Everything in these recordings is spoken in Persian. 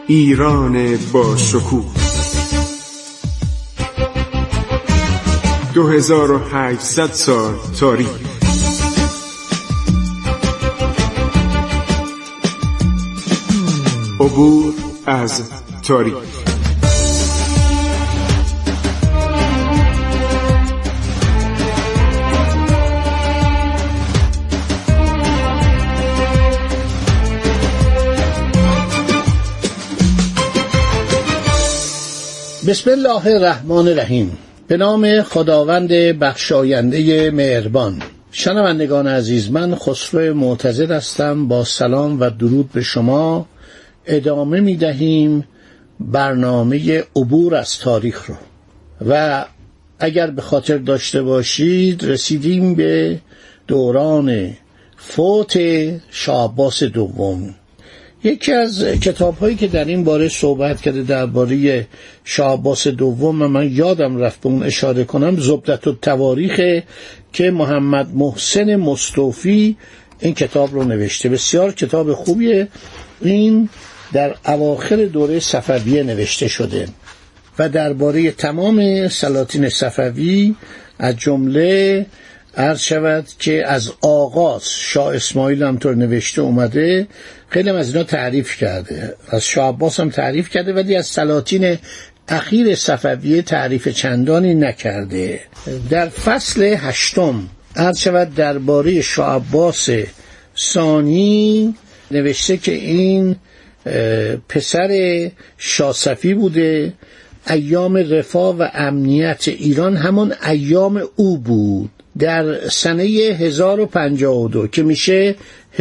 ایران با شکوه 2800 سال تاریخ. عبور از تاریخ. بسم الله الرحمن الرحیم. به نام خداوند بخشاینده مهربان. شنوندگان عزیز، من خسرو معتزد هستم. با سلام و درود به شما ادامه می دهیم برنامه عبور از تاریخ رو و اگر به خاطر داشته باشید رسیدیم به دوران فوت شاه عباس دوم. یکی از کتاب‌هایی که در این باره صحبت کرده درباره شاه عباس دوم، من یادم رفت به اون اشاره کنم، زبدة التواریخ که محمد محسن مستوفی این کتاب رو نوشته. بسیار کتاب خوبیه. این در اواخر دوره صفویه نوشته شده و درباره تمام سلاطین صفوی از جمله عرض شود که از آغاز شاه اسماعیل هم طور نوشته اومده، خیلی از اینا تعریف کرده، از شاه عباس هم تعریف کرده، ولی از سلاطین اخیر صفویه تعریف چندانی نکرده. در فصل 8 عرض شود درباره شاه عباس ثانی نوشته که این پسر شاه صفی بوده. ایام رفاه و امنیت ایران همون ایام او بود. در سنه 1052 که میشه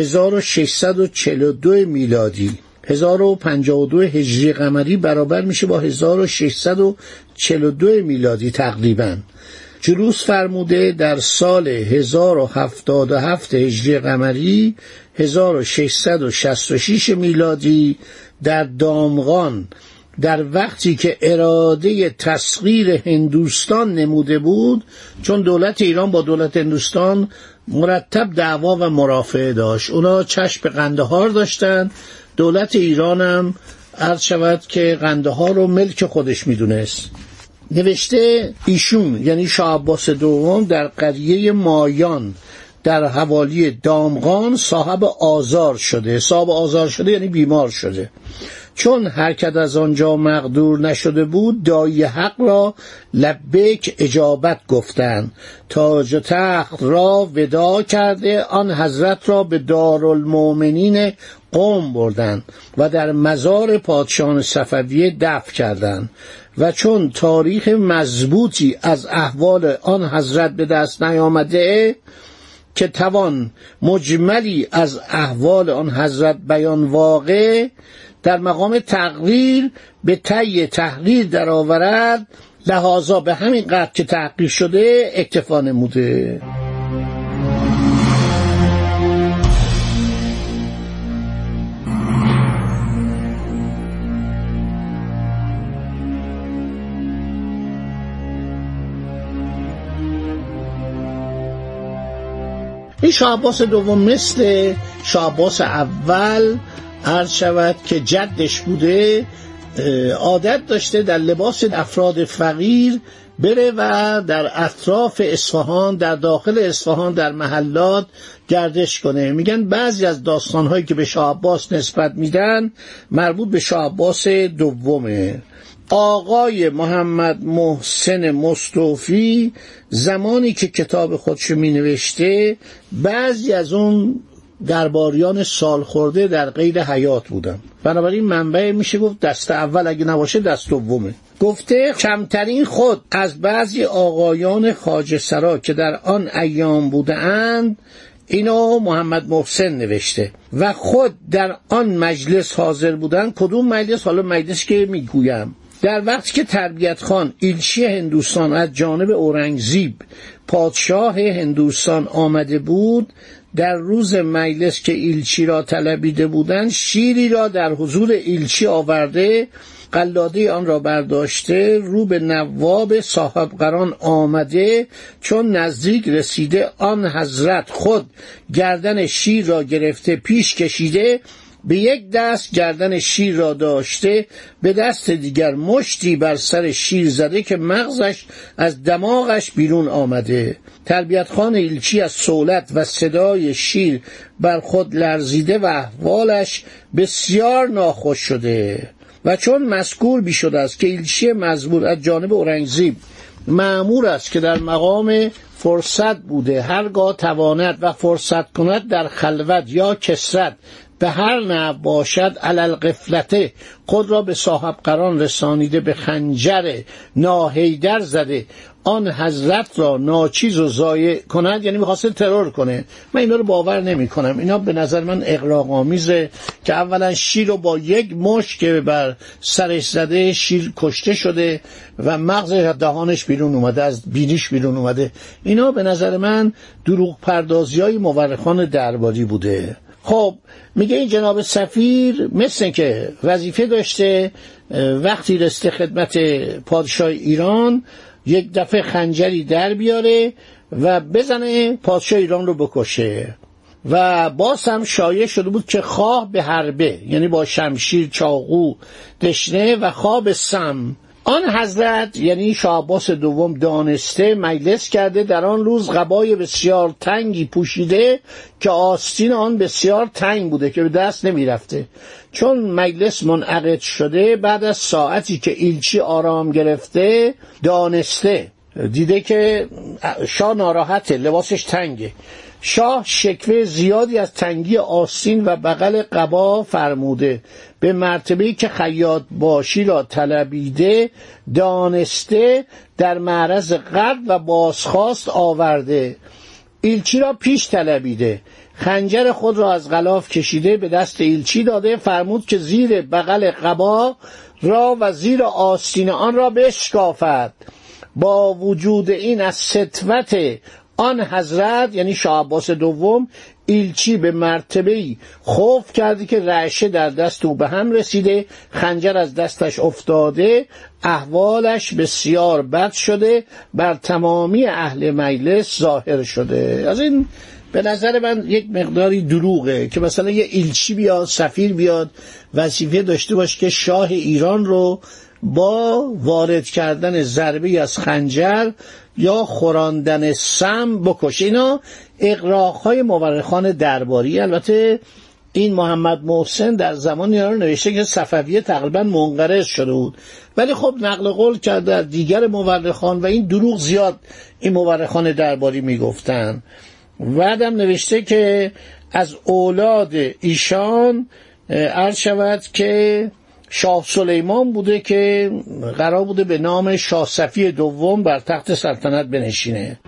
1642 میلادی، 1052 هجری قمری برابر میشه با 1642 میلادی تقریبا، جلوس فرموده در سال 1077 هجری قمری 1666 میلادی در دامغان، در وقتی که اراده تسخیر هندوستان نموده بود، چون دولت ایران با دولت هندوستان مرتب دعوا و مرافعه داشت، اونا چشم به قندهار داشتن، دولت ایران هم عرض شود که قندهار رو ملک خودش میدونست. نوشته ایشون یعنی شاه عباس دوم در قریه مایان در حوالی دامغان صاحب آزار شده. صاحب آزار شده یعنی بیمار شده. چون حرکت از آنجا مقدور نشده بود، داعی حق را لبیک اجابت گفتند. تاج و تخت را ودا کرده آن حضرت را به دارالمؤمنین قم بردند و در مزار پادشاهان صفویه دفن کردند. و چون تاریخ مضبوطی از احوال آن حضرت به دست نیامده که توان مجملی از احوال آن حضرت بیان واقع در مقام تقریر به طی تحریر در آورد، لحاظا به همین قدر که تحقیر شده اکتفا نموده. این شاه عباس دوم مثل شاه عباس اول عرض شود که جدش بوده، عادت داشته در لباس افراد فقیر بره و در اطراف اصفهان، در داخل اصفهان، در محلات گردش کنه. میگن بعضی از داستانهایی که به شاه عباس نسبت میدن مربوط به شاه عباس دومه. آقای محمد محسن مستوفی زمانی که کتاب خودشو می نوشته بعضی از اون درباریان سالخورده در قید حیات بودن، بنابراین منبع میشه گفت دست اول اگه نباشه دست دومه. گفته کمترین خود از بعضی آقایان خواجه سرا که در آن ایام بودند اینو محمد محسن نوشته و خود در آن مجلس حاضر بودند. کدوم مجلس؟ حالا مجلس که میگویم در وقتی که تربیت خان ایلچی هندوستان از جانب اورنگزیب پادشاه هندوستان آمده بود، در روز مجلس که ایلچی را طلبیده بودند شیری را در حضور ایلچی آورده، قلاده آن را برداشته، رو به نواب صاحب قران آمده، چون نزدیک رسیده آن حضرت خود گردن شیر را گرفته پیش کشیده به یک دست گردن شیر را داشته، به دست دیگر مشتی بر سر شیر زده که مغزش از دماغش بیرون آمده. تربیتخان ایلچی از صولت و صدای شیر بر خود لرزیده و احوالش بسیار ناخوش شده و چون مذکور بیشد است که ایلچی مزبور از جانب اورنگزیب مأمور است که در مقام فرصت بوده، هرگاه تواند و فرصت کند در خلوت یا کسرت به هر نوع باشد علل غفلته خود را به صاحب قران رسانیده، به خنجر ناهیدر زده آن حضرت را ناچیز و ضایع کند، یعنی می‌خواسته ترور کنه. من اینا رو باور نمی‌کنم. اینا به نظر من اغراق‌آمیزه که اولا شیر رو با یک مشت که بر سرش زده شیر کشته شده و مغزش از دهانش بیرون اومده، از بینیش بیرون اومده. اینا به نظر من دروغ پردازی‌های مورخان درباری بوده. خب میگه این جناب سفیر مثل که وظیفه داشته وقتی رسته خدمت پادشاه ایران یک دفعه خنجری در بیاره و بزنه پادشاه ایران رو بکشه و باز هم شایع شده بود که خواه به حربه، یعنی با شمشیر، چاقو، دشنه و خواه به سم. آن حضرت یعنی شاه عباس دوم دانسته مجلس کرده، در آن روز قبای بسیار تنگی پوشیده که آستین آن بسیار تنگ بوده که به دست نمی رفته. چون مجلس منعقد شده بعد از ساعتی که ایلچی آرام گرفته دانسته دیده که شاه ناراحته، لباسش تنگه. شاه شکوه زیادی از تنگی آستین و بغل قبا فرموده، به مرتبه‌ای که خیاط باشی را طلبیده دانسته در معرض قرد و بازخواست آورده. ایلچی را پیش طلبیده، خنجر خود را از غلاف کشیده به دست ایلچی داده، فرمود که زیر بغل قبا را و زیر آستین آن را بشکافد. با وجود این از سطوت آن حضرت یعنی شاه عباس دوم ایلچی به مرتبه‌ای خوف کردی که رعشه در دست او به هم رسیده، خنجر از دستش افتاده، احوالش بسیار بد شده، بر تمامی اهل مجلس ظاهر شده. از این به نظر من یک مقداری دروغه که مثلا یه ایلچی بیاد، سفیر بیاد، وظیفه داشته باشه که شاه ایران رو با وارد کردن ضربه از خنجر یا خوراندن سم بکشه. اینا اغراق‌های مورخان درباری. البته این محمد محسن در زمان اینا رو نوشته که صفویه تقریبا منقرض شده بود، ولی خب نقل قول کرده از دیگر مورخان و این دروغ زیاد این مورخان درباری میگفتن. بعدم نوشته که از اولاد ایشان عرض شود که شاه سلیمان بوده که قرار بوده به نام شاه صفی دوم بر تخت سلطنت بنشینه.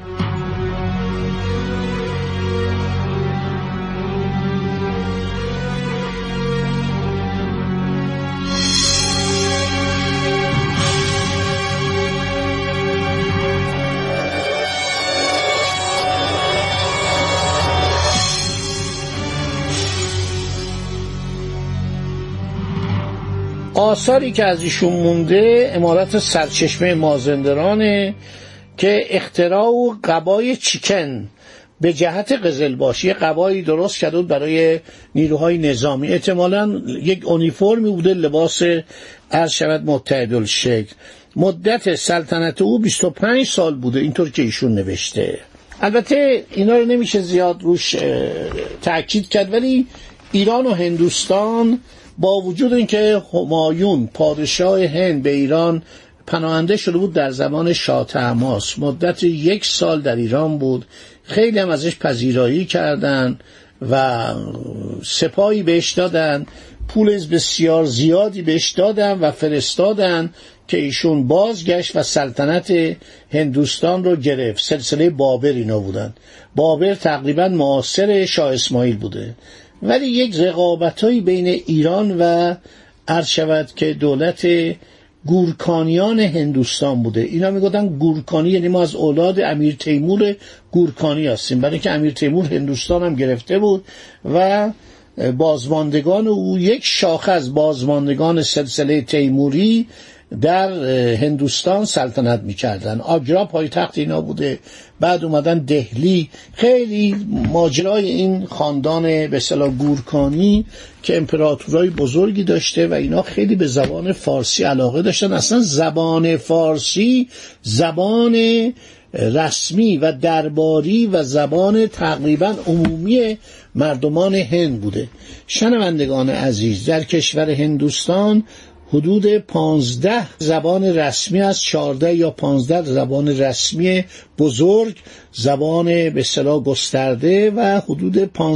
آثاری که از ایشون مونده عمارت سرچشمه مازندرانه که اختراع و قبای چیکن به جهت قزلباشی قبایی درست کرده بود برای نیروهای نظامی، احتمالاً یک اونیفرمی بوده، لباس عرض شود متحدالشکل. مدت سلطنت او 25 سال بوده، اینطور که ایشون نوشته. البته اینا رو نمیشه زیاد روش تأکید کرد، ولی ایران و هندوستان با وجود اینکه همایون پادشاه هند به ایران پناهنده شده بود در زمان شاه طهماسپ، مدت 1 سال در ایران بود، خیلی هم ازش پذیرایی کردن و سپاهی بهش دادن، پول بسیار زیادی بهش دادن و فرستادن که ایشون بازگشت و سلطنت هندوستان رو گرفت. سلسله بابر اینا بودن. بابر تقریبا معاصر شاه اسماعیل بوده، ولی یک رقابتایی بین ایران و عرض شود که دولت گورکانیان هندوستان بوده. اینا میگفتن گورکانی یعنی ما از اولاد امیر تیمور گورکانی هستیم، برای که امیر تیمور هندوستان هم گرفته بود و بازماندگان او، یک شاخه از بازماندگان سلسله تیموری در هندوستان سلطنت میکردن. آگرا پایتخت اینا بوده، بعد اومدن دهلی. خیلی ماجرای این خاندان به اصطلاح گورکانی که امپراتورای بزرگی داشته و اینا خیلی به زبان فارسی علاقه داشتن. اصلا زبان فارسی زبان رسمی و درباری و زبان تقریبا عمومی مردمان هند بوده. شنوندگان عزیز، در کشور هندوستان حدود 15 زبان رسمی است، 14 یا 15 زبان رسمی بزرگ، زبان به اصطلاح گسترده و حدود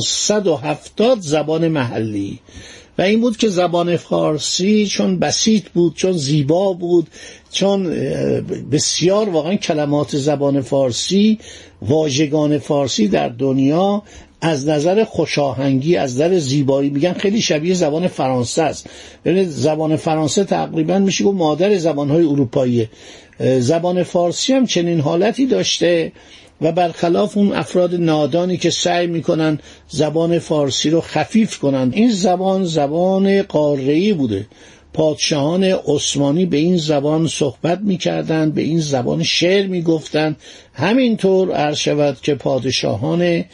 570 زبان محلی. و این بود که زبان فارسی چون بسیط بود، چون زیبا بود، چون بسیار واقعا کلمات زبان فارسی، واژگان فارسی در دنیا از نظر خوشاهنگی، از نظر زیبایی، میگن خیلی شبیه زبان فرانسه است. ببینید زبان فرانسه تقریبا میشه گفت مادر زبانهای اروپاییه. زبان فارسی هم چنین حالتی داشته و برخلاف اون افراد نادانی که سعی میکنن زبان فارسی رو خفیف کنن، این زبان قاره‌ای بوده. پادشاهان عثمانی به این زبان صحبت میکردن، به این زبان شعر میگفتن. همینطور عرض شود که پادشاهان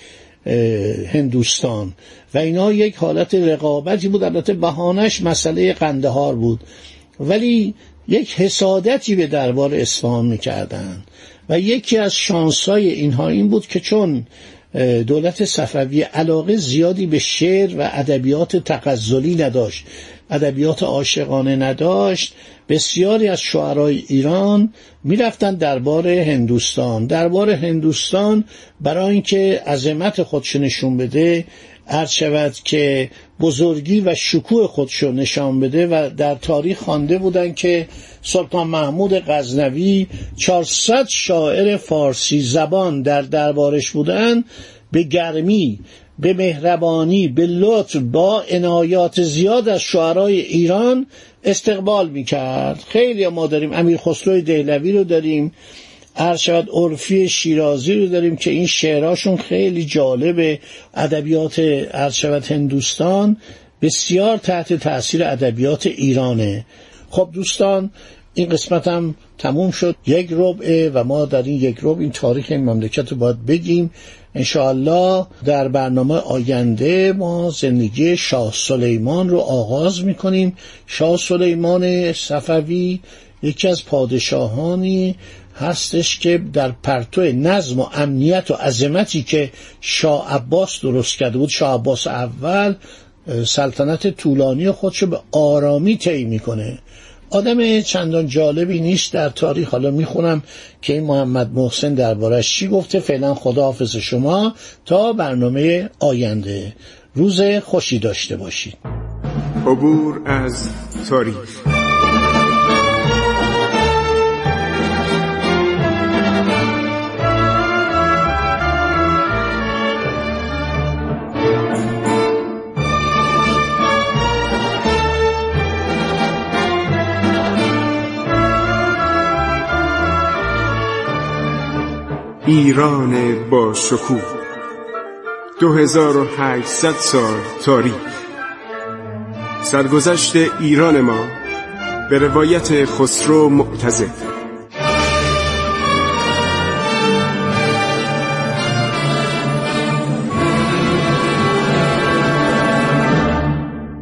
هندوستان و اینا یک حالت رقابتی بود. البته بهانش مسئله قندهار بود، ولی یک حسادتی به دربار اصفهان میکردن و یکی از شانسای اینها این بود که چون دولت صفوی علاقه زیادی به شعر و ادبیات تغزلی نداشت، ادبیات عاشقانه نداشت، بسیاری از شاعرای ایران میرفتن دربار هندوستان. دربار هندوستان برای اینکه عظمت خودش نشون بده، عرض شود که بزرگی و شکوه خودشو نشان بده، و در تاریخ خوانده بودن که سلطان محمود غزنوی 400 شاعر فارسی زبان در دربارش بودن، به گرمی، به مهربانی، به لطف، با عنایات زیاد از شاعرای ایران استقبال میکرد. خیلی ما داریم، امیر خسرو دهلوی رو داریم، ارشد عرفی شیرازی رو داریم که این شعراشون خیلی جالبه. ادبیات ارشد هندوستان بسیار تحت تأثیر ادبیات ایرانه. خب دوستان، این قسمت هم تموم شد، 1 ربع، و ما در این 1 ربع این تاریخ این مملکت رو باید بگیم. انشاءالله در برنامه آینده ما زندگی شاه سلیمان رو آغاز میکنیم. شاه سلیمان صفوی یکی از پادشاهانی هستش که در پرتو نظم و امنیت و عظمتی که شاه عباس درست کرده بود، شاه عباس اول سلطنت طولانی خودشو به آرامی طی میکنه. آدم چندان جالبی نیست در تاریخ. حالا میخونم که این محمد محسن دربارش چی گفته. فعلا خداحافظ شما تا برنامه آینده. روز خوشی داشته باشید. عبور از تاریخ. ایران با شکوه، 2800 سال تاریخ. سرگذشت ایران ما به روایت خسرو معتضد.